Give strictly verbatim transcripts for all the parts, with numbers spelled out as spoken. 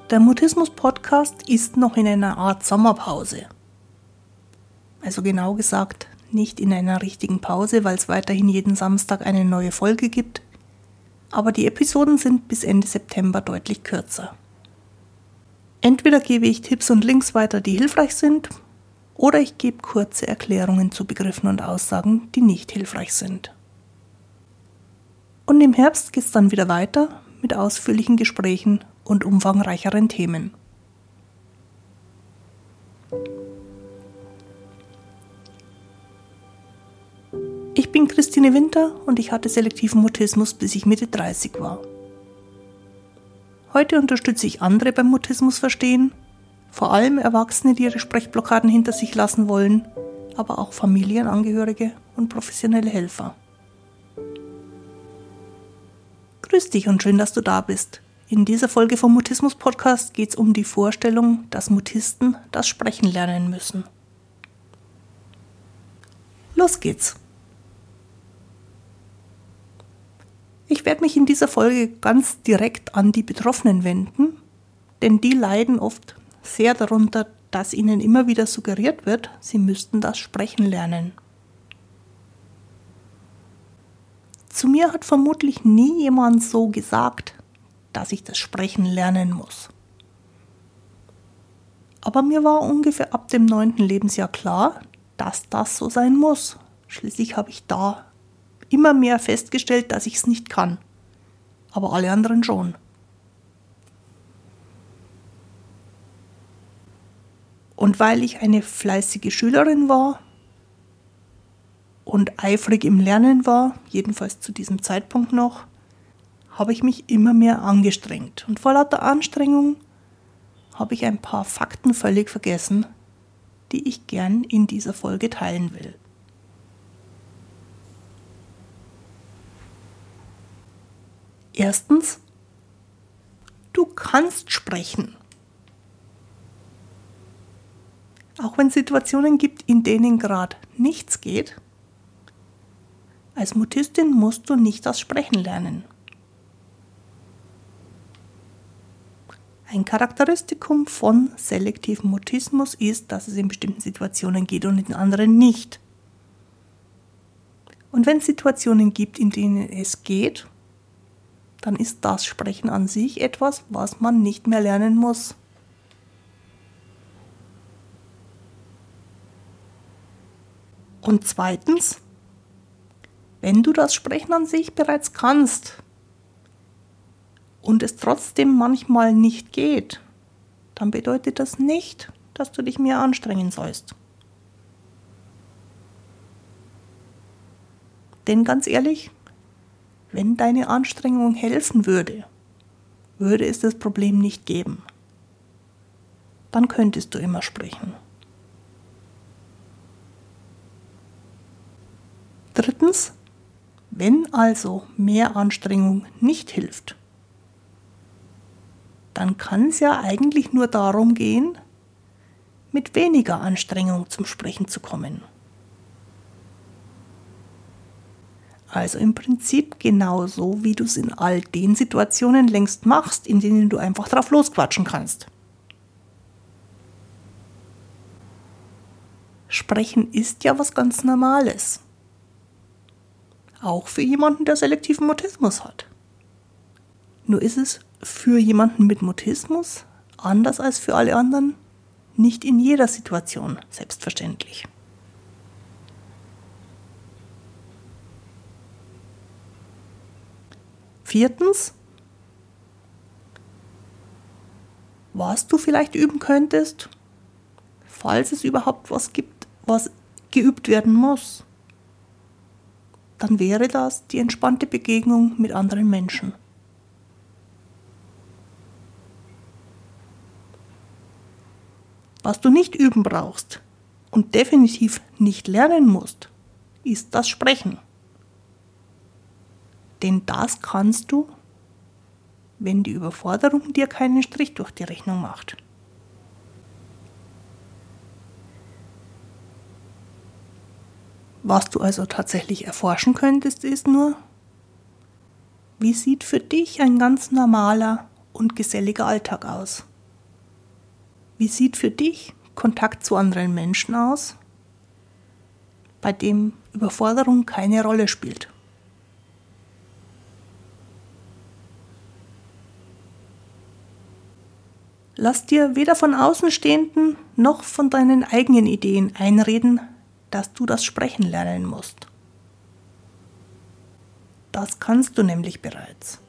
Der Mutismus-Podcast ist noch in einer Art Sommerpause. Also genau gesagt, nicht in einer richtigen Pause, weil es weiterhin jeden Samstag eine neue Folge gibt. Aber die Episoden sind bis Ende September deutlich kürzer. Entweder gebe ich Tipps und Links weiter, die hilfreich sind, oder ich gebe kurze Erklärungen zu Begriffen und Aussagen, die nicht hilfreich sind. Und im Herbst geht es dann wieder weiter mit ausführlichen Gesprächen und umfangreicheren Themen. Ich bin Christine Winter und ich hatte selektiven Mutismus, bis ich Mitte dreißig war. Heute unterstütze ich andere beim Mutismus verstehen, vor allem Erwachsene, die ihre Sprechblockaden hinter sich lassen wollen, aber auch Familienangehörige und professionelle Helfer. Grüß dich und schön, dass du da bist. In dieser Folge vom Mutismus-Podcast geht es um die Vorstellung, dass Mutisten das Sprechen lernen müssen. Los geht's! Ich werde mich in dieser Folge ganz direkt an die Betroffenen wenden, denn die leiden oft sehr darunter, dass ihnen immer wieder suggeriert wird, sie müssten das Sprechen lernen. Zu mir hat vermutlich nie jemand so gesagt, dass ich das Sprechen lernen muss. Aber mir war ungefähr ab dem neunten Lebensjahr klar, dass das so sein muss. Schließlich habe ich da immer mehr festgestellt, dass ich es nicht kann. Aber alle anderen schon. Und weil ich eine fleißige Schülerin war und eifrig im Lernen war, jedenfalls zu diesem Zeitpunkt noch, habe ich mich immer mehr angestrengt. Und vor lauter Anstrengung habe ich ein paar Fakten völlig vergessen, die ich gern in dieser Folge teilen will. Erstens, du kannst sprechen. Auch wenn es Situationen gibt, in denen gerade nichts geht, als Mutistin musst du nicht das Sprechen lernen. Ein Charakteristikum von selektivem Mutismus ist, dass es in bestimmten Situationen geht und in anderen nicht. Und wenn es Situationen gibt, in denen es geht, dann ist das Sprechen an sich etwas, was man nicht mehr lernen muss. Und zweitens, wenn du das Sprechen an sich bereits kannst und es trotzdem manchmal nicht geht, dann bedeutet das nicht, dass du dich mehr anstrengen sollst. Denn ganz ehrlich, wenn deine Anstrengung helfen würde, würde es das Problem nicht geben. Dann könntest du immer sprechen. Drittens, wenn also mehr Anstrengung nicht hilft, dann kann es ja eigentlich nur darum gehen, mit weniger Anstrengung zum Sprechen zu kommen. Also im Prinzip genauso, wie du es in all den Situationen längst machst, in denen du einfach drauf losquatschen kannst. Sprechen ist ja was ganz Normales. Auch für jemanden, der selektiven Mutismus hat. Nur ist es für jemanden mit Mutismus, anders als für alle anderen, nicht in jeder Situation selbstverständlich. Viertens, was du vielleicht üben könntest, falls es überhaupt was gibt, was geübt werden muss, dann wäre das die entspannte Begegnung mit anderen Menschen. Was du nicht üben brauchst und definitiv nicht lernen musst, ist das Sprechen. Denn das kannst du, wenn die Überforderung dir keinen Strich durch die Rechnung macht. Was du also tatsächlich erforschen könntest, ist nur, wie sieht für dich ein ganz normaler und geselliger Alltag aus? Wie sieht für dich Kontakt zu anderen Menschen aus, bei dem Überforderung keine Rolle spielt? Lass dir weder von Außenstehenden noch von deinen eigenen Ideen einreden, dass du das Sprechen lernen musst. Das kannst du nämlich bereits.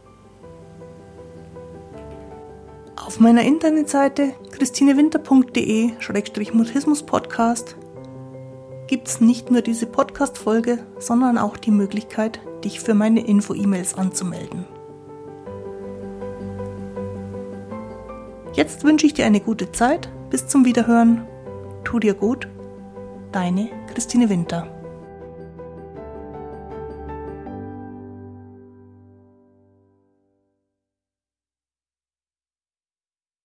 Auf meiner Internetseite christinewinter punkt de Schrägstrich Mutismus Podcast gibt es nicht nur diese Podcast-Folge, sondern auch die Möglichkeit, dich für meine Info-E-Mails anzumelden. Jetzt wünsche ich dir eine gute Zeit. Bis zum Wiederhören. Tu dir gut. Deine Christine Winter.